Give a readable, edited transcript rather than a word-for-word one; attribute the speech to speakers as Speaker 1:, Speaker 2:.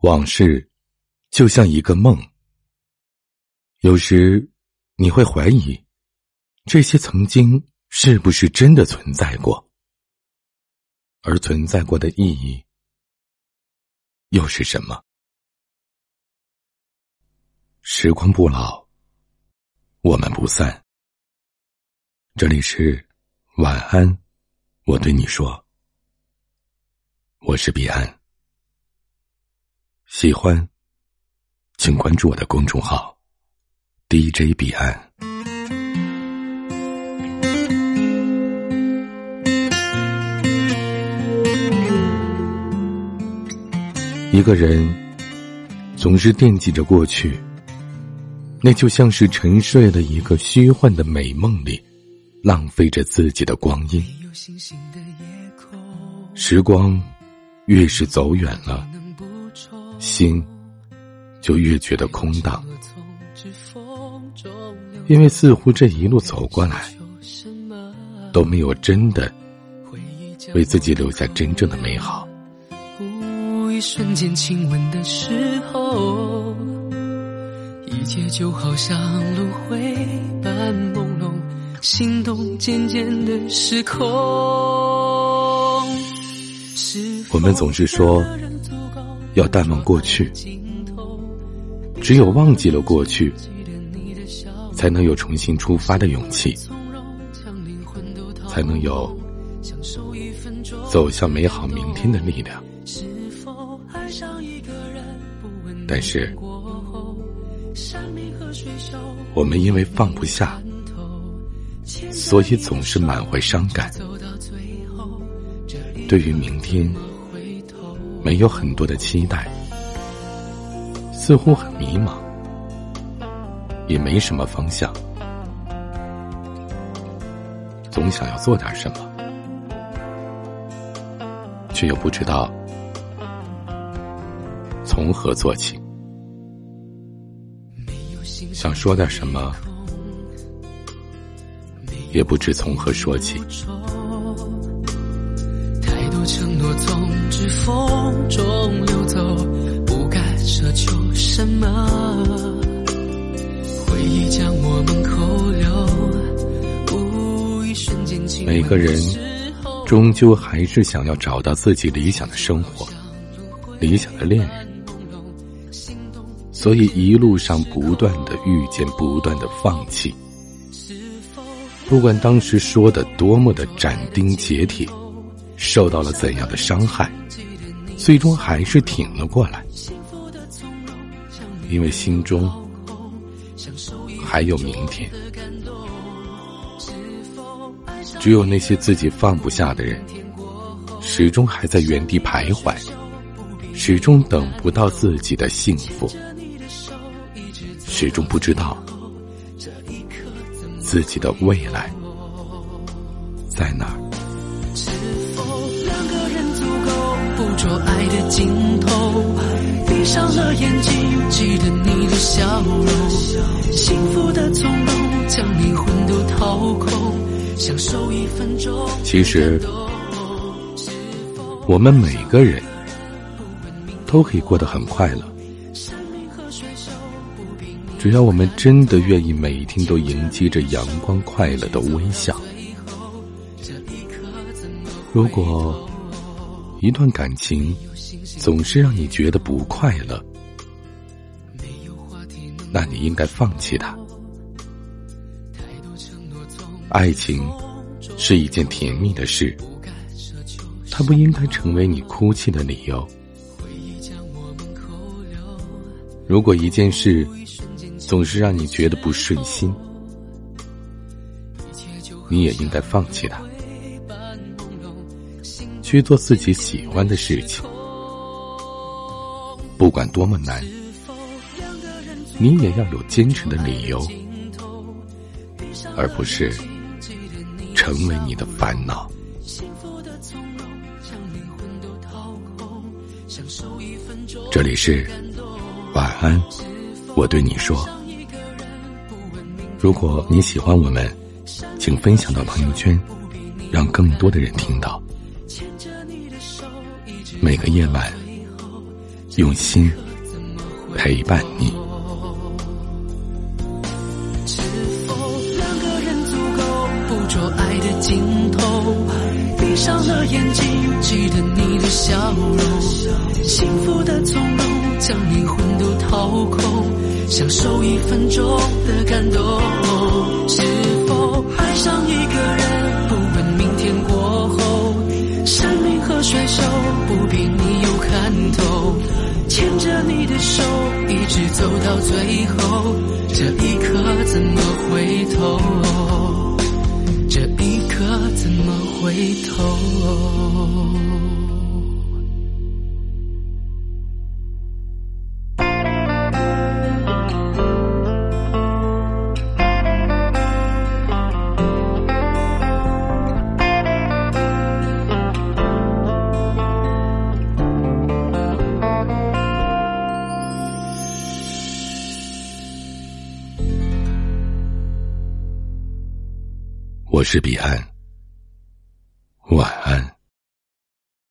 Speaker 1: 往事就像一个梦，有时你会怀疑，这些曾经是不是真的存在过，而存在过的意义又是什么？时光不老，我们不散。这里是晚安，我对你说，我是彼岸。喜欢请关注我的公众号 DJ 彼岸。一个人总是惦记着过去，那就像是沉睡了一个虚幻的美梦里，浪费着自己的光阴。时光越是走远了，心就越觉得空荡，因为似乎这一路走过来，都没有真的为自己留下真正的美好。
Speaker 2: 一瞬间亲吻的时候，一切就好像轮回般朦胧，心动渐渐的失控。
Speaker 1: 我们总是说要淡忘过去，只有忘记了过去，才能有重新出发的勇气，才能有走向美好明天的力量。但是我们因为放不下，所以总是满怀伤感，对于明天没有很多的期待，似乎很迷茫，也没什么方向，总想要做点什么，却又不知道从何做起。想说点什么，也不知从何说起。
Speaker 2: 太多承诺从指缝中流走，不该奢求什么，回忆将我们扣留，一瞬间亲吻的时候。
Speaker 1: 每个人终究还是想要找到自己理想的生活，理想的恋人，所以一路上不断的遇见，不断的放弃。不管当时说的多么的斩钉截铁，受到了怎样的伤害，最终还是挺了过来，因为心中还有明天。只有那些自己放不下的人，始终还在原地徘徊，始终等不到自己的幸福，始终不知道自己的未来在哪儿。
Speaker 2: 是否两个人足够捕捉爱的尽头？闭上了眼睛，记得你的笑容，幸福的从容，将灵魂都掏空，享受一分钟。
Speaker 1: 其实我们每个人都可以过得很快乐，只要我们真的愿意每一天都迎接着阳光快乐的微笑。如果一段感情总是让你觉得不快乐，那你应该放弃它。爱情是一件甜蜜的事，它不应该成为你哭泣的理由。如果一件事总是让你觉得不顺心，你也应该放弃它，去做自己喜欢的事情。不管多么难，你也要有坚持的理由，而不是成为你的烦恼。这里是晚安，我对你说。如果你喜欢我们，请分享到朋友圈，让更多的人听到。每个夜晚用心陪伴你。
Speaker 2: 是否两个人足够捕捉爱的尽头？闭上了眼睛，记得你的笑容，幸福的从容，将灵魂都掏空，享受1分钟的感动。是否爱上一个人，不问明天过后，山明和水秀，不必你有看透，牵着你的手一直走到最后，这一刻怎么回头？这一刻怎么回头？
Speaker 1: 我是彼岸，晚安。